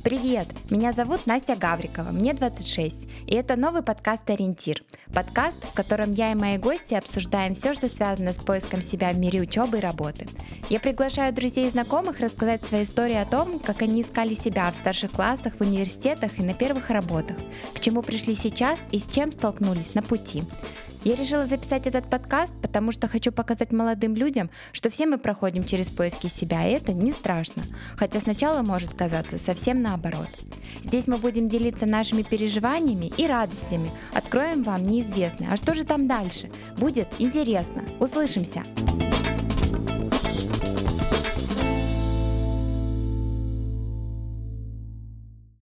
Привет! Меня зовут Настя Гаврикова, мне 26, и это новый подкаст «Ориентир». Подкаст, в котором я и мои гости обсуждаем все, что связано с поиском себя в мире учебы и работы. Я приглашаю друзей и знакомых рассказать свои истории о том, как они искали себя в старших классах, в университетах и на первых работах, к чему пришли сейчас и с чем столкнулись на пути. Я решила записать этот подкаст, потому что хочу показать молодым людям, что все мы проходим через поиски себя, и это не страшно, хотя сначала может казаться совсем наоборот. Здесь мы будем делиться нашими переживаниями и радостями, откроем вам неизвестное. А что же там дальше? Будет интересно. Услышимся!